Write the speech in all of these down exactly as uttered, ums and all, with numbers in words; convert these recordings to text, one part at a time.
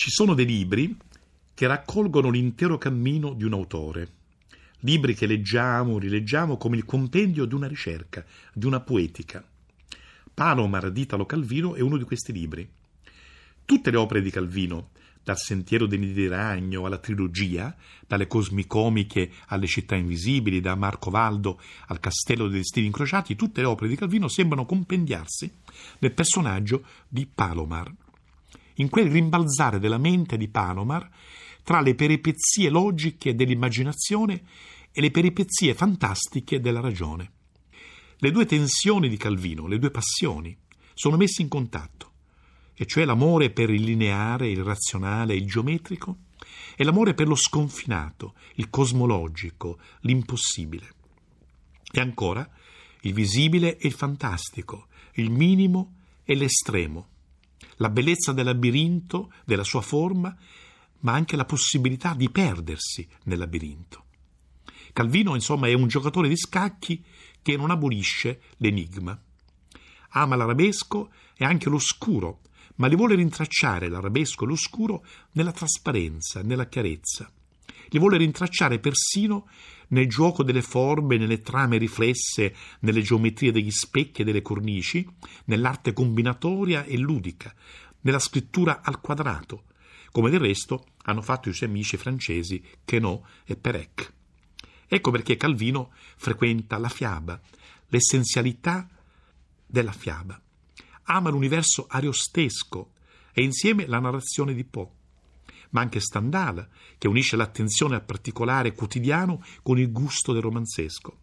Ci sono dei libri che raccolgono l'intero cammino di un autore, libri che leggiamo, rileggiamo come il compendio di una ricerca, di una poetica. Palomar di Italo Calvino è uno di questi libri. Tutte le opere di Calvino, dal Sentiero dei nidi di ragno alla trilogia, dalle Cosmicomiche alle Città invisibili, da Marco Valdo al Castello dei destini incrociati, tutte le opere di Calvino sembrano compendiarsi nel personaggio di Palomar, in quel rimbalzare della mente di Palomar tra le peripezie logiche dell'immaginazione e le peripezie fantastiche della ragione. Le due tensioni di Calvino, le due passioni, sono messe in contatto, e cioè l'amore per il lineare, il razionale, il geometrico, e l'amore per lo sconfinato, il cosmologico, l'impossibile. E ancora il visibile e il fantastico, il minimo e l'estremo, la bellezza del labirinto, della sua forma, ma anche la possibilità di perdersi nel labirinto. Calvino, insomma, è un giocatore di scacchi che non abolisce l'enigma. Ama l'arabesco e anche l'oscuro, ma li vuole rintracciare l'arabesco e l'oscuro nella trasparenza, nella chiarezza. Li vuole rintracciare persino nel gioco delle forme, nelle trame riflesse, nelle geometrie degli specchi e delle cornici, nell'arte combinatoria e ludica, nella scrittura al quadrato, come del resto hanno fatto i suoi amici francesi Queneau e Perec. Ecco perché Calvino frequenta la fiaba, l'essenzialità della fiaba. Ama l'universo ariostesco e insieme la narrazione di Poe, ma anche Stendhal, che unisce l'attenzione al particolare quotidiano con il gusto del romanzesco.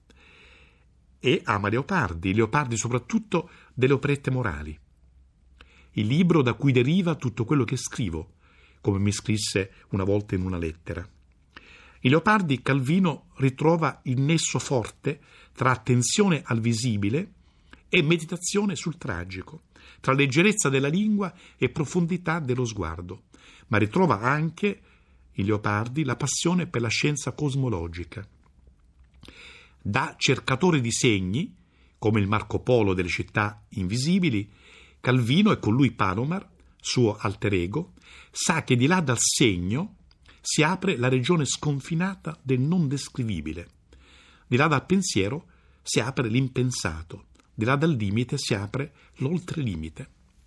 E ama Leopardi, Leopardi soprattutto delle operette morali. Il libro da cui deriva tutto quello che scrivo, come mi scrisse una volta in una lettera. In Leopardi Calvino ritrova il nesso forte tra attenzione al visibile e meditazione sul tragico, tra leggerezza della lingua e profondità dello sguardo, ma ritrova anche in Leopardi la passione per la scienza cosmologica. Da cercatore di segni, come il Marco Polo delle città invisibili, Calvino, e con lui Palomar, suo alter ego, sa che di là dal segno si apre la regione sconfinata del non descrivibile. Di là dal pensiero si apre l'impensato, di là dal limite si apre l'oltrelimite.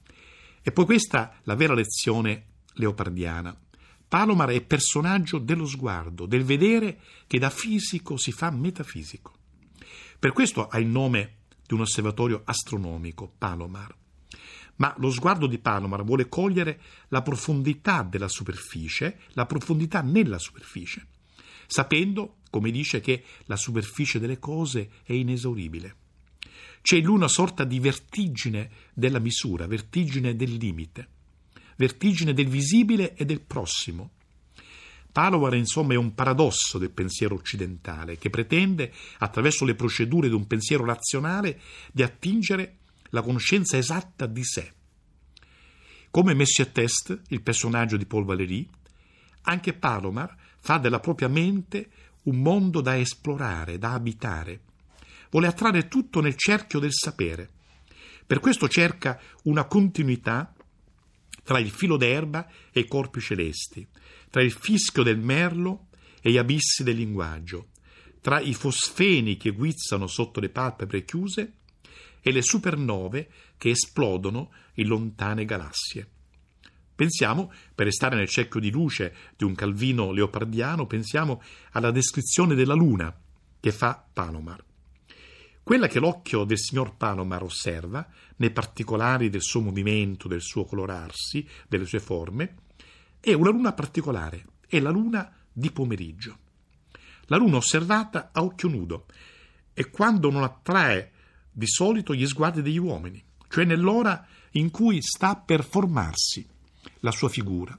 E poi questa la vera lezione leopardiana. Palomar è personaggio dello sguardo, del vedere che da fisico si fa metafisico. Per questo ha il nome di un osservatorio astronomico, Palomar. Ma lo sguardo di Palomar vuole cogliere la profondità della superficie, la profondità nella superficie, sapendo, come dice, che la superficie delle cose è inesauribile. C'è in lui una sorta di vertigine della misura, vertigine del limite, vertigine del visibile e del prossimo. Palomar, insomma, è un paradosso del pensiero occidentale che pretende, attraverso le procedure di un pensiero razionale, di attingere la conoscenza esatta di sé. Come Monsieur Test, il personaggio di Paul Valéry, anche Palomar fa della propria mente un mondo da esplorare, da abitare. Vuole attrarre tutto nel cerchio del sapere. Per questo cerca una continuità tra il filo d'erba e i corpi celesti, tra il fischio del merlo e gli abissi del linguaggio, tra i fosfeni che guizzano sotto le palpebre chiuse e le supernove che esplodono in lontane galassie. Pensiamo, per restare nel cerchio di luce di un Calvino leopardiano, pensiamo alla descrizione della luna che fa Palomar. Quella che l'occhio del signor Palomar osserva, nei particolari del suo movimento, del suo colorarsi, delle sue forme, è una luna particolare, è la luna di pomeriggio. La luna osservata a occhio nudo e quando non attrae di solito gli sguardi degli uomini, cioè nell'ora in cui sta per formarsi la sua figura.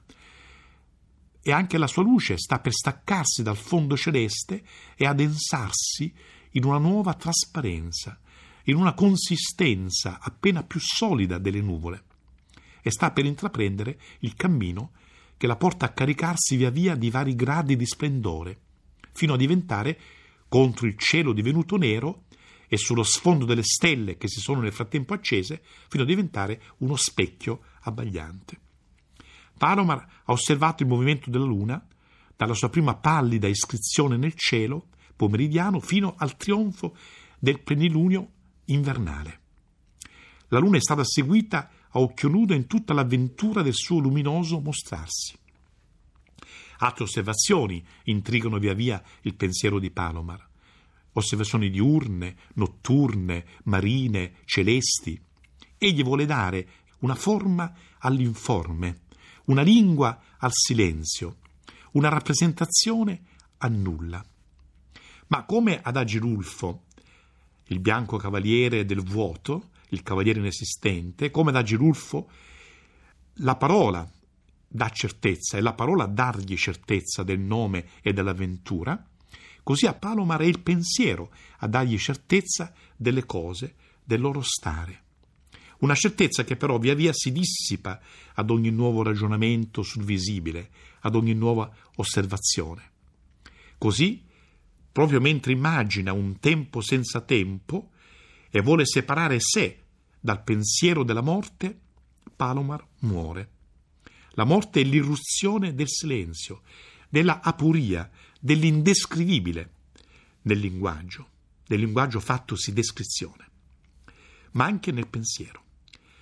E anche la sua luce sta per staccarsi dal fondo celeste e adensarsi in una nuova trasparenza, in una consistenza appena più solida delle nuvole, e sta per intraprendere il cammino che la porta a caricarsi via via di vari gradi di splendore, fino a diventare, contro il cielo divenuto nero e sullo sfondo delle stelle che si sono nel frattempo accese, fino a diventare uno specchio abbagliante. Palomar ha osservato il movimento della luna dalla sua prima pallida iscrizione nel cielo pomeridiano fino al trionfo del plenilunio invernale. La luna è stata seguita a occhio nudo in tutta l'avventura del suo luminoso mostrarsi. Altre osservazioni intrigano via via il pensiero di Palomar. Osservazioni diurne, notturne, marine, celesti. Egli vuole dare una forma all'informe, una lingua al silenzio, una rappresentazione a nulla. Ma come Adagi Rulfo, il bianco cavaliere del vuoto, il cavaliere inesistente, come Adagi Rulfo, la parola dà certezza e la parola dargli certezza del nome e dell'avventura, così a Palomar è il pensiero a dargli certezza delle cose, del loro stare. Una certezza che però via via si dissipa ad ogni nuovo ragionamento sul visibile, ad ogni nuova osservazione. Così, proprio mentre immagina un tempo senza tempo e vuole separare sé dal pensiero della morte, Palomar muore. La morte è l'irruzione del silenzio, della apuria, dell'indescrivibile nel linguaggio, del linguaggio fattosi descrizione, ma anche nel pensiero.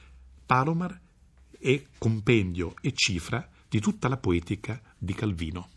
Palomar è compendio e cifra di tutta la poetica di Calvino.